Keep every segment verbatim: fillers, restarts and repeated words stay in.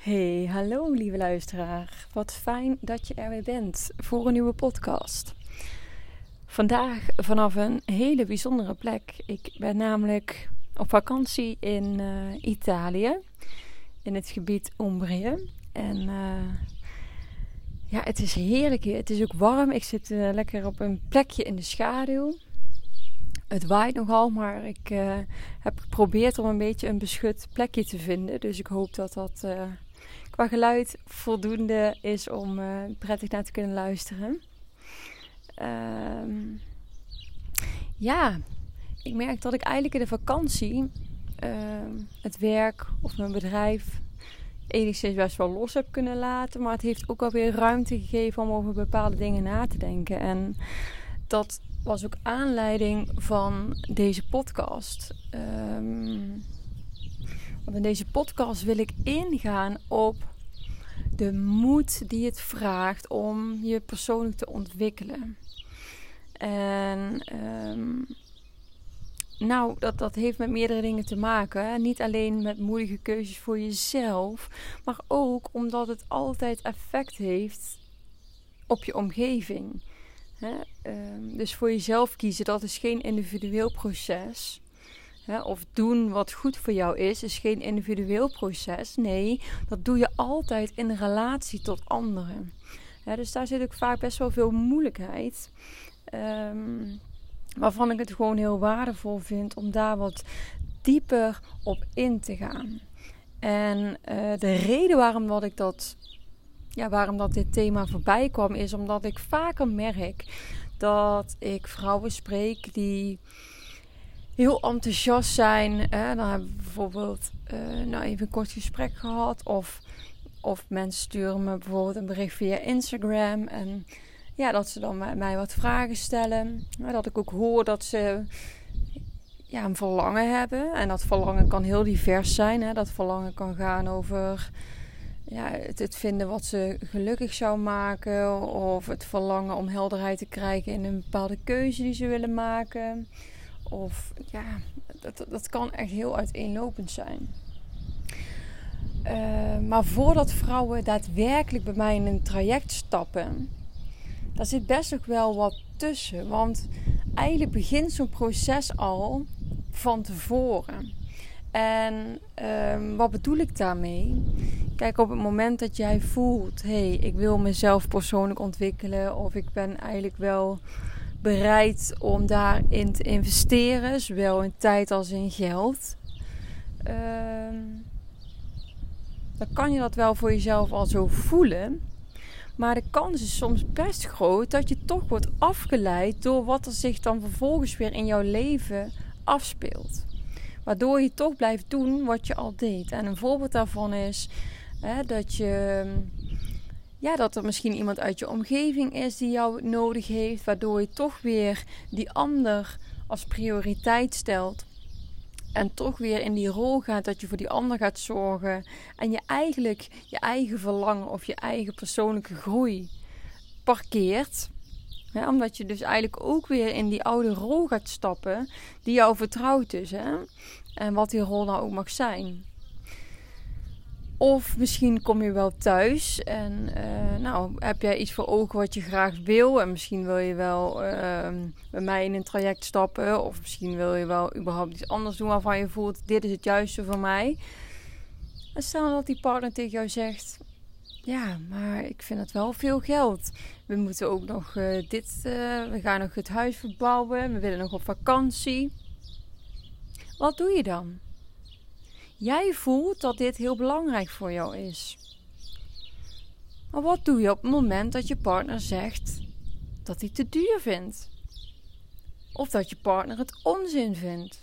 Hey, hallo lieve luisteraar. Wat fijn dat je er weer bent voor een nieuwe podcast. Vandaag vanaf een hele bijzondere plek. Ik ben namelijk op vakantie in uh, Italië, in het gebied Umbrië. En uh, ja, het is heerlijk hier. Het is ook warm. Ik zit uh, lekker op een plekje in de schaduw. Het waait nogal, maar ik uh, heb geprobeerd om een beetje een beschut plekje te vinden. Dus ik hoop dat dat uh, qua geluid voldoende is om uh, prettig naar te kunnen luisteren. Uh, ja, ik merk dat ik eigenlijk in de vakantie uh, het werk of mijn bedrijf enigszins best wel los heb kunnen laten. Maar het heeft ook alweer ruimte gegeven om over bepaalde dingen na te denken. En dat was ook aanleiding van deze podcast. Um, want in deze podcast wil ik ingaan op de moed die het vraagt om je persoonlijk te ontwikkelen. En um, nou, dat, dat heeft met meerdere dingen te maken. Hè? Niet alleen met moedige keuzes voor jezelf, maar ook omdat het altijd effect heeft op je omgeving. He, um, dus voor jezelf kiezen, dat is geen individueel proces. He, of doen wat goed voor jou is, is geen individueel proces. Nee, dat doe je altijd in relatie tot anderen. He, dus daar zit ook vaak best wel veel moeilijkheid. Um, waarvan ik het gewoon heel waardevol vind om daar wat dieper op in te gaan. En uh, de reden waarom dat ik dat... Ja, waarom dat dit thema voorbij kwam is omdat ik vaker merk dat ik vrouwen spreek die heel enthousiast zijn. Hè? Dan hebben we bijvoorbeeld uh, nou even een kort gesprek gehad. Of, of mensen sturen me bijvoorbeeld een bericht via Instagram. En ja, dat ze dan met mij wat vragen stellen. Dat ik ook hoor dat ze ja, een verlangen hebben. En dat verlangen kan heel divers zijn. Hè? Dat verlangen kan gaan over... Ja, het, het vinden wat ze gelukkig zou maken. Of het verlangen om helderheid te krijgen in een bepaalde keuze die ze willen maken. Of ja, dat, dat kan echt heel uiteenlopend zijn. Uh, maar voordat vrouwen daadwerkelijk bij mij in een traject stappen, daar zit best nog wel wat tussen. Want eigenlijk begint zo'n proces al van tevoren. En um, wat bedoel ik daarmee? Kijk, op het moment dat jij voelt... hé, hey, ik wil mezelf persoonlijk ontwikkelen... of ik ben eigenlijk wel bereid om daarin te investeren... zowel in tijd als in geld... Um, dan kan je dat wel voor jezelf al zo voelen... maar de kans is soms best groot... dat je toch wordt afgeleid... door wat er zich dan vervolgens weer in jouw leven afspeelt... Waardoor je toch blijft doen wat je al deed. En een voorbeeld daarvan is hè, dat, je, ja, dat er misschien iemand uit je omgeving is die jou nodig heeft. Waardoor je toch weer die ander als prioriteit stelt. En toch weer in die rol gaat dat je voor die ander gaat zorgen. En je eigenlijk je eigen verlangen of je eigen persoonlijke groei parkeert. Ja, omdat je dus eigenlijk ook weer in die oude rol gaat stappen die jou vertrouwd is. Hè? En wat die rol nou ook mag zijn. Of misschien kom je wel thuis en uh, nou, heb jij iets voor ogen wat je graag wil. En misschien wil je wel uh, bij mij in een traject stappen. Of misschien wil je wel überhaupt iets anders doen waarvan je voelt, dit is het juiste voor mij. En stel dat die partner tegen jou zegt... Ja, maar ik vind het wel veel geld. We moeten ook nog uh, dit... Uh, we gaan nog het huis verbouwen. We willen nog op vakantie. Wat doe je dan? Jij voelt dat dit heel belangrijk voor jou is. Maar wat doe je op het moment dat je partner zegt dat hij te duur vindt? Of dat je partner het onzin vindt?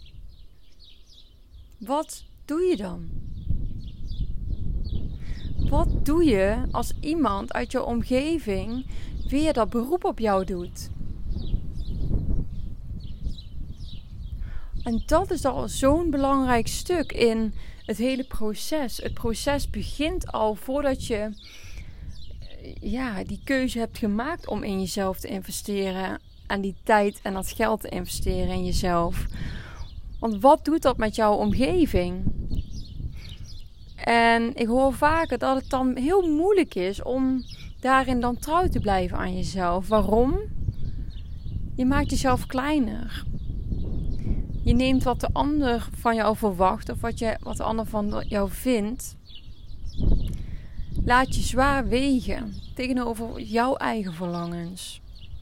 Wat doe je dan? Wat doe je als iemand uit je omgeving weer dat beroep op jou doet? En dat is al zo'n belangrijk stuk in het hele proces. Het proces begint al voordat je ja, die keuze hebt gemaakt om in jezelf te investeren. En die tijd en dat geld te investeren in jezelf. Want wat doet dat met jouw omgeving? En ik hoor vaker dat het dan heel moeilijk is om daarin dan trouw te blijven aan jezelf. Waarom? Je maakt jezelf kleiner. Je neemt wat de ander van jou verwacht of wat, je, wat de ander van jou vindt. Laat je zwaar wegen tegenover jouw eigen verlangens.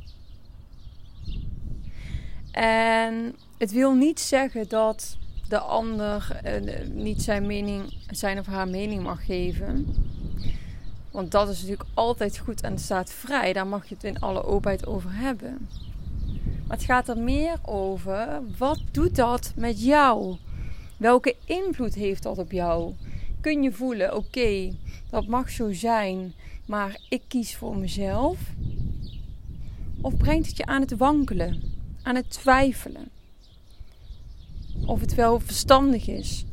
En het wil niet zeggen dat de ander uh, niet zijn mening, zijn of haar mening mag geven. Want dat is natuurlijk altijd goed en het staat vrij. Daar mag je het in alle openheid over hebben. Maar het gaat er meer over, wat doet dat met jou? Welke invloed heeft dat op jou? Kun je voelen, oké, okay, dat mag zo zijn, maar ik kies voor mezelf? Of brengt het je aan het wankelen, aan het twijfelen? Of het wel verstandig is?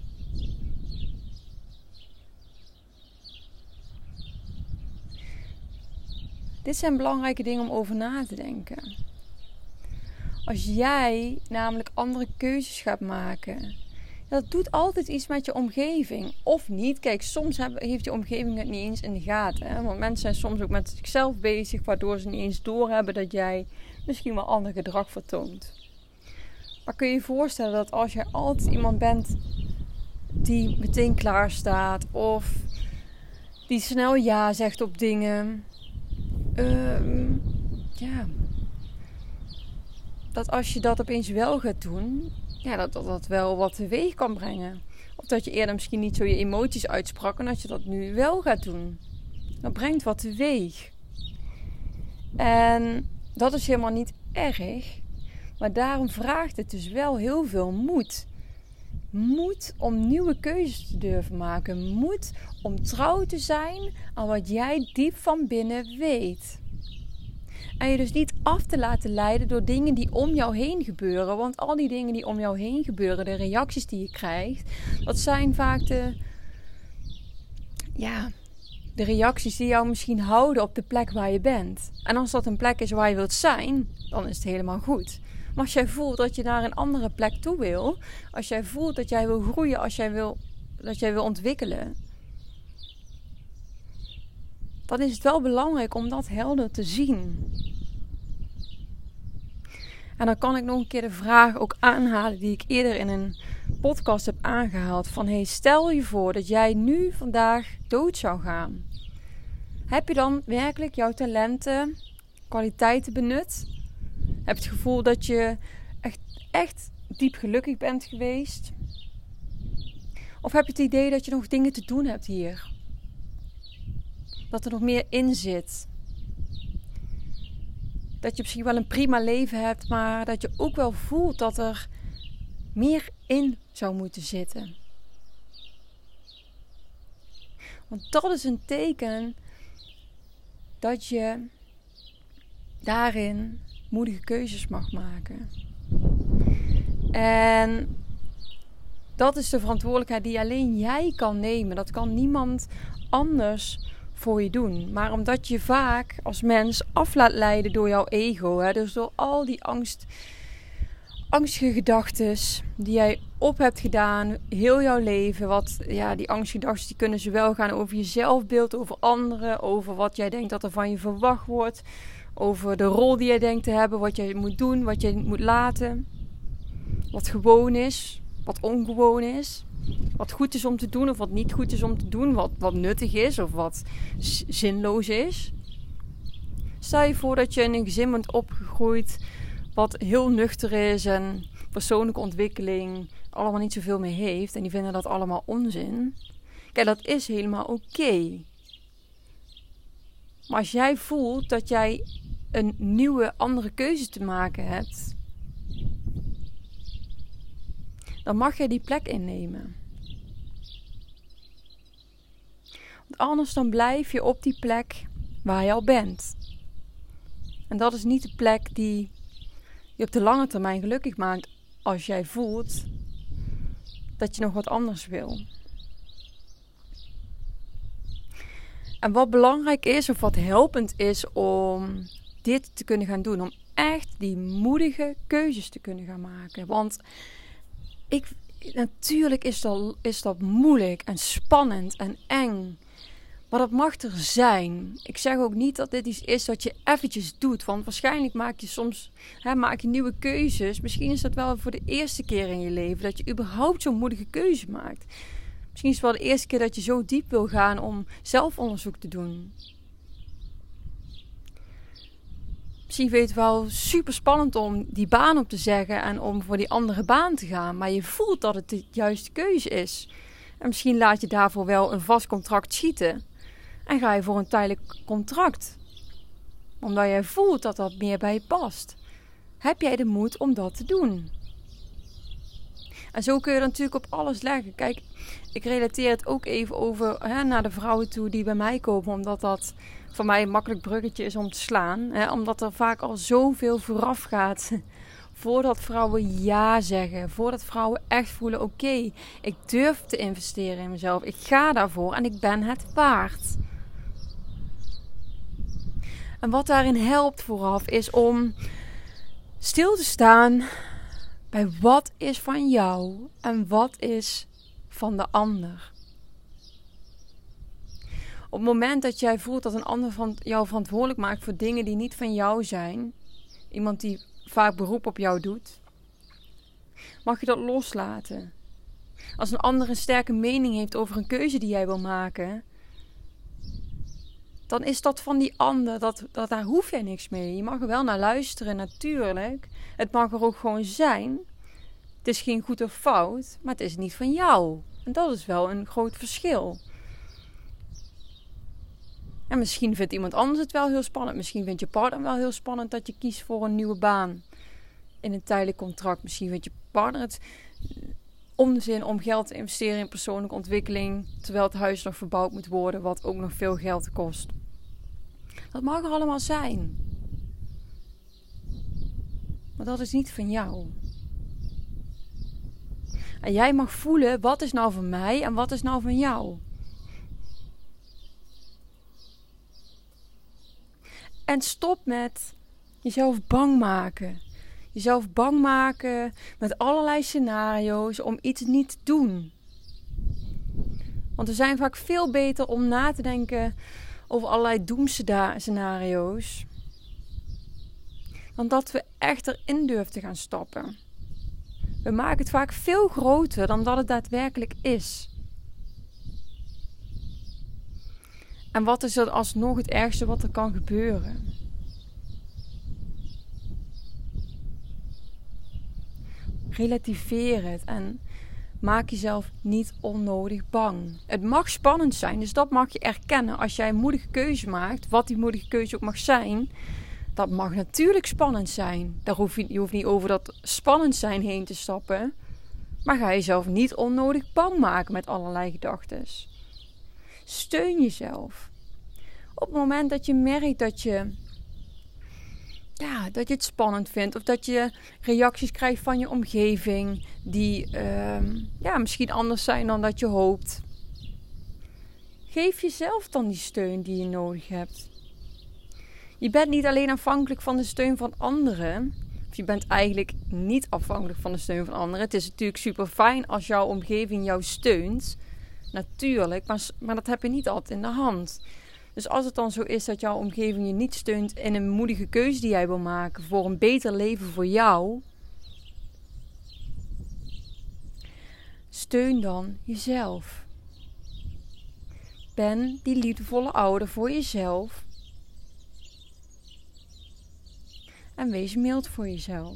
Dit zijn belangrijke dingen om over na te denken. Als jij namelijk andere keuzes gaat maken, dat doet altijd iets met je omgeving. Of niet. Kijk, soms heeft je omgeving het niet eens in de gaten. Hè? Want mensen zijn soms ook met zichzelf bezig, waardoor ze niet eens doorhebben dat jij misschien wel ander gedrag vertoont. Maar kun je je voorstellen dat als je altijd iemand bent die meteen klaar staat of die snel ja zegt op dingen, uh, ja, dat als je dat opeens wel gaat doen, ja, dat, dat dat wel wat teweeg kan brengen. Of dat je eerder misschien niet zo je emoties uitsprak en dat je dat nu wel gaat doen. Dat brengt wat teweeg. En dat is helemaal niet erg. Maar daarom vraagt het dus wel heel veel moed. Moed om nieuwe keuzes te durven maken. Moed om trouw te zijn aan wat jij diep van binnen weet. En je dus niet af te laten leiden door dingen die om jou heen gebeuren. Want al die dingen die om jou heen gebeuren, de reacties die je krijgt, dat zijn vaak de, ja, de reacties die jou misschien houden op de plek waar je bent. En als dat een plek is waar je wilt zijn, dan is het helemaal goed. Maar als jij voelt dat je naar een andere plek toe wil, als jij voelt dat jij wil groeien, als jij wil, dat jij wil ontwikkelen, dan is het wel belangrijk om dat helder te zien. En dan kan ik nog een keer de vraag ook aanhalen die ik eerder in een podcast heb aangehaald. Van hey, stel je voor dat jij nu vandaag dood zou gaan. Heb je dan werkelijk jouw talenten, kwaliteiten benut? Heb je het gevoel dat je echt, echt diep gelukkig bent geweest? Of heb je het idee dat je nog dingen te doen hebt hier? Dat er nog meer in zit. Dat je misschien wel een prima leven hebt, maar dat je ook wel voelt dat er meer in zou moeten zitten. Want dat is een teken dat je daarin moedige keuzes mag maken. En dat is de verantwoordelijkheid die alleen jij kan nemen. Dat kan niemand anders voor je doen. Maar omdat je vaak als mens af laat leiden door jouw ego. Hè, dus door al die angst, angstige gedachten die jij op hebt gedaan. Heel jouw leven. Wat, ja, die angstgedachten die kunnen zowel gaan over je zelfbeeld. Over anderen. Over wat jij denkt dat er van je verwacht wordt. Over de rol die jij denkt te hebben. Wat jij moet doen. Wat jij moet laten. Wat gewoon is. Wat ongewoon is. Wat goed is om te doen of wat niet goed is om te doen. Wat, wat nuttig is of wat z- zinloos is. Stel je voor dat je in een gezin bent opgegroeid wat heel nuchter is en persoonlijke ontwikkeling allemaal niet zoveel meer heeft. En die vinden dat allemaal onzin. Kijk, dat is helemaal oké. Okay. Maar als jij voelt dat jij een nieuwe, andere keuze te maken hebt, dan mag jij die plek innemen. Want anders dan blijf je op die plek waar je al bent. En dat is niet de plek die je op de lange termijn gelukkig maakt als jij voelt dat je nog wat anders wil. En wat belangrijk is of wat helpend is om dit te kunnen gaan doen. Om echt die moedige keuzes te kunnen gaan maken. Want ik, natuurlijk is dat, is dat moeilijk en spannend en eng. Maar dat mag er zijn. Ik zeg ook niet dat dit iets is wat je eventjes doet. Want waarschijnlijk maak je soms hè, maak je nieuwe keuzes. Misschien is dat wel voor de eerste keer in je leven dat je überhaupt zo'n moedige keuze maakt. Misschien is het wel de eerste keer dat je zo diep wil gaan om zelfonderzoek te doen. Misschien vind je het wel super spannend om die baan op te zeggen en om voor die andere baan te gaan. Maar je voelt dat het de juiste keuze is. En misschien laat je daarvoor wel een vast contract schieten. En ga je voor een tijdelijk contract. Omdat jij voelt dat dat meer bij je past. Heb jij de moed om dat te doen? En zo kun je dat natuurlijk op alles leggen. Kijk, ik relateer het ook even over hè, naar de vrouwen toe die bij mij komen. Omdat dat voor mij een makkelijk bruggetje is om te slaan. Hè, omdat er vaak al zoveel vooraf gaat. Voordat vrouwen ja zeggen. Voordat vrouwen echt voelen, oké, okay, ik durf te investeren in mezelf. Ik ga daarvoor en ik ben het waard. En wat daarin helpt vooraf is om stil te staan bij wat is van jou en wat is van de ander. Op het moment dat jij voelt dat een ander van jou verantwoordelijk maakt voor dingen die niet van jou zijn, iemand die vaak beroep op jou doet, mag je dat loslaten. Als een ander een sterke mening heeft over een keuze die jij wil maken, dan is dat van die ander, dat, dat, daar hoef je niks mee. Je mag er wel naar luisteren, natuurlijk. Het mag er ook gewoon zijn. Het is geen goed of fout, maar het is niet van jou. En dat is wel een groot verschil. En misschien vindt iemand anders het wel heel spannend. Misschien vindt je partner wel heel spannend dat je kiest voor een nieuwe baan. In een tijdelijk contract. Misschien vindt je partner het onzin om geld te investeren in persoonlijke ontwikkeling. Terwijl het huis nog verbouwd moet worden. Wat ook nog veel geld kost. Dat mag er allemaal zijn. Maar dat is niet van jou. En jij mag voelen wat is nou van mij en wat is nou van jou. En stop met jezelf bang maken. Jezelf bang maken met allerlei scenario's om iets niet te doen. Want we zijn vaak veel beter om na te denken over allerlei doemscenario's. Dan dat we echt erin durven te gaan stappen. We maken het vaak veel groter dan dat het daadwerkelijk is. En wat is er alsnog het ergste wat er kan gebeuren? Relativeer het en maak jezelf niet onnodig bang. Het mag spannend zijn, dus dat mag je erkennen. Als jij een moedige keuze maakt, wat die moedige keuze ook mag zijn, dat mag natuurlijk spannend zijn. Daar hoef je, je hoeft niet over dat spannend zijn heen te stappen. Maar ga jezelf niet onnodig bang maken met allerlei gedachten. Steun jezelf. Op het moment dat je merkt dat je, ja, dat je het spannend vindt. Of dat je reacties krijgt van je omgeving. Die uh, ja, misschien anders zijn dan dat je hoopt. Geef jezelf dan die steun die je nodig hebt. Je bent niet alleen afhankelijk van de steun van anderen. Of je bent eigenlijk niet afhankelijk van de steun van anderen. Het is natuurlijk super fijn als jouw omgeving jou steunt. Natuurlijk, maar, maar dat heb je niet altijd in de hand. Dus als het dan zo is dat jouw omgeving je niet steunt in een moedige keuze die jij wil maken voor een beter leven voor jou, steun dan jezelf. Ben die liefdevolle ouder voor jezelf. En wees mild voor jezelf.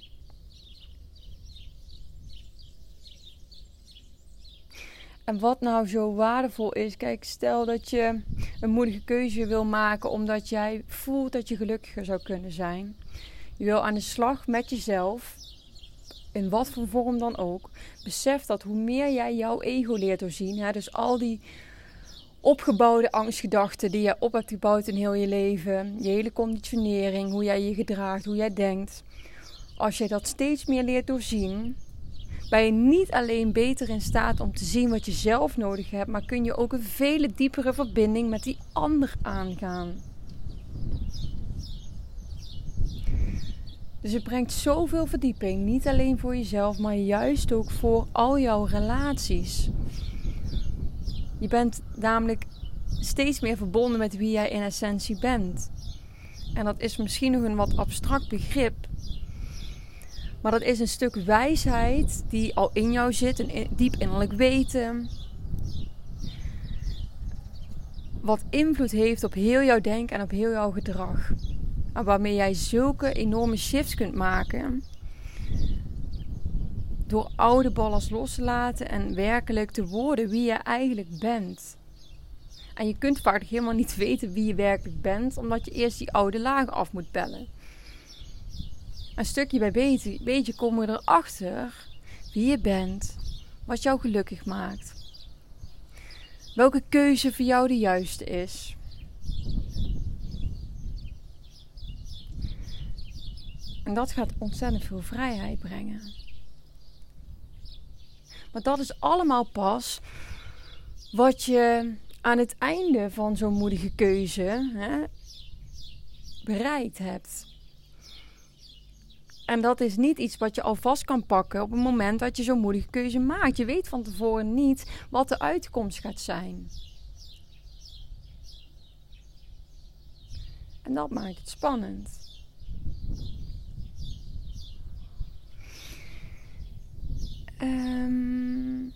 En wat nou zo waardevol is, kijk, stel dat je een moedige keuze wil maken omdat jij voelt dat je gelukkiger zou kunnen zijn. Je wil aan de slag met jezelf, in wat voor vorm dan ook. Besef dat hoe meer jij jouw ego leert doorzien, hè, dus al die opgebouwde angstgedachten die jij op hebt gebouwd in heel je leven, je hele conditionering, hoe jij je gedraagt, hoe jij denkt. Als jij dat steeds meer leert doorzien, ben je niet alleen beter in staat om te zien wat je zelf nodig hebt, maar kun je ook een vele diepere verbinding met die ander aangaan. Dus het brengt zoveel verdieping. Niet alleen voor jezelf, maar juist ook voor al jouw relaties. Je bent namelijk steeds meer verbonden met wie jij in essentie bent. En dat is misschien nog een wat abstract begrip. Maar dat is een stuk wijsheid die al in jou zit. Een diep innerlijk weten. Wat invloed heeft op heel jouw denken en op heel jouw gedrag. En waarmee jij zulke enorme shifts kunt maken. Door oude ballast los te laten en werkelijk te worden wie je eigenlijk bent. En je kunt vaak helemaal niet weten wie je werkelijk bent. Omdat je eerst die oude lagen af moet bellen. Een stukje bij beetje, beetje komen we erachter wie je bent. Wat jou gelukkig maakt. Welke keuze voor jou de juiste is. En dat gaat ontzettend veel vrijheid brengen. Maar dat is allemaal pas wat je aan het einde van zo'n moedige keuze hè, bereikt hebt. En dat is niet iets wat je alvast kan pakken op het moment dat je zo'n moedige keuze maakt. Je weet van tevoren niet wat de uitkomst gaat zijn. En dat maakt het spannend. Um,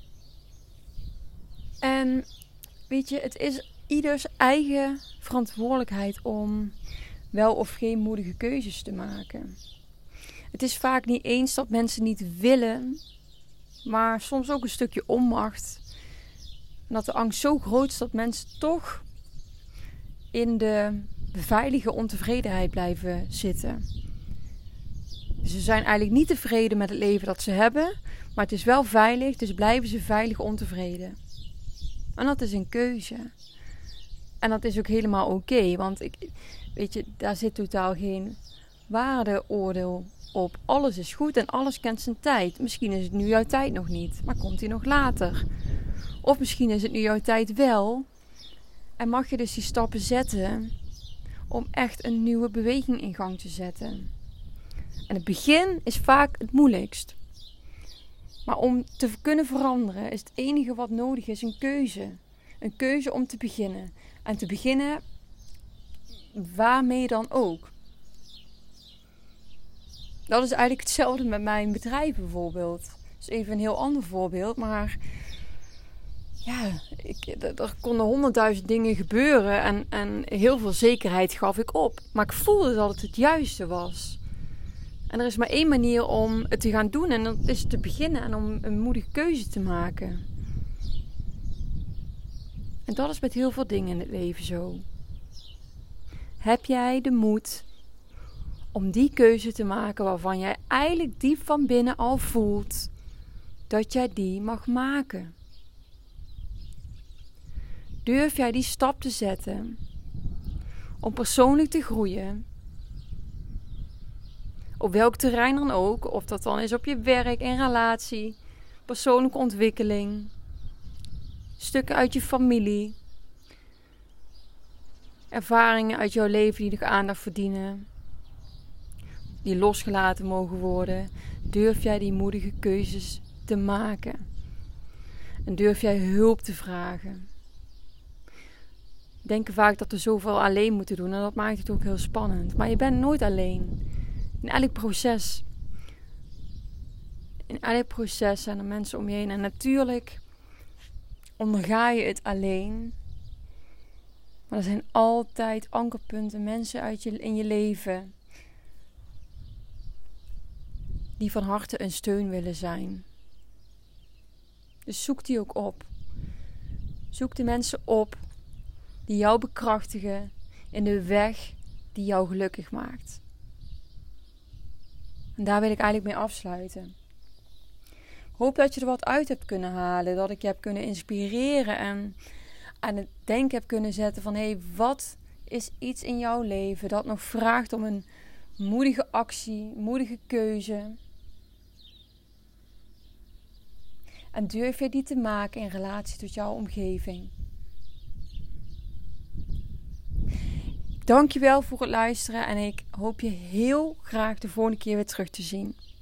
en weet je, het is ieders eigen verantwoordelijkheid om wel of geen moedige keuzes te maken. Het is vaak niet eens dat mensen niet willen, maar soms ook een stukje onmacht. En dat de angst zo groot is dat mensen toch in de veilige ontevredenheid blijven zitten. Ze zijn eigenlijk niet tevreden met het leven dat ze hebben, maar het is wel veilig, dus blijven ze veilig ontevreden. En dat is een keuze. En dat is ook helemaal oké, okay, want ik, weet je, daar zit totaal geen waardeoordeel op. Alles is goed en alles kent zijn tijd. Misschien is het nu jouw tijd nog niet, maar komt die nog later. Of misschien is het nu jouw tijd wel. En mag je dus die stappen zetten om echt een nieuwe beweging in gang te zetten. En het begin is vaak het moeilijkst. Maar om te kunnen veranderen is het enige wat nodig is een keuze. Een keuze om te beginnen. En te beginnen waarmee dan ook. Dat is eigenlijk hetzelfde met mijn bedrijf bijvoorbeeld. Dat is even een heel ander voorbeeld. Maar ja, ik, er konden honderdduizend dingen gebeuren. En, en heel veel zekerheid gaf ik op. Maar ik voelde dat het het juiste was. En er is maar één manier om het te gaan doen. En dat is te beginnen en om een moedige keuze te maken. En dat is met heel veel dingen in het leven zo. Heb jij de moed om die keuze te maken waarvan jij eigenlijk diep van binnen al voelt dat jij die mag maken? Durf jij die stap te zetten om persoonlijk te groeien? Op welk terrein dan ook, of dat dan is op je werk, in relatie, persoonlijke ontwikkeling, stukken uit je familie, ervaringen uit jouw leven die nog aandacht verdienen, die losgelaten mogen worden. Durf jij die moedige keuzes te maken? En durf jij hulp te vragen? We denken vaak dat we zoveel alleen moeten doen en dat maakt het ook heel spannend. Maar je bent nooit alleen. In elk proces. In elk proces zijn er mensen om je heen. En natuurlijk onderga je het alleen. Maar er zijn altijd ankerpunten, mensen uit je, in je leven die van harte een steun willen zijn. Dus zoek die ook op. Zoek de mensen op die jou bekrachtigen in de weg die jou gelukkig maakt. En daar wil ik eigenlijk mee afsluiten. Ik hoop dat je er wat uit hebt kunnen halen. Dat ik je heb kunnen inspireren en aan het denken heb kunnen zetten van hé, hey, wat is iets in jouw leven dat nog vraagt om een moedige actie, moedige keuze? En durf je die te maken in relatie tot jouw omgeving? Ik Dankjewel voor het luisteren en ik hoop je heel graag de volgende keer weer terug te zien.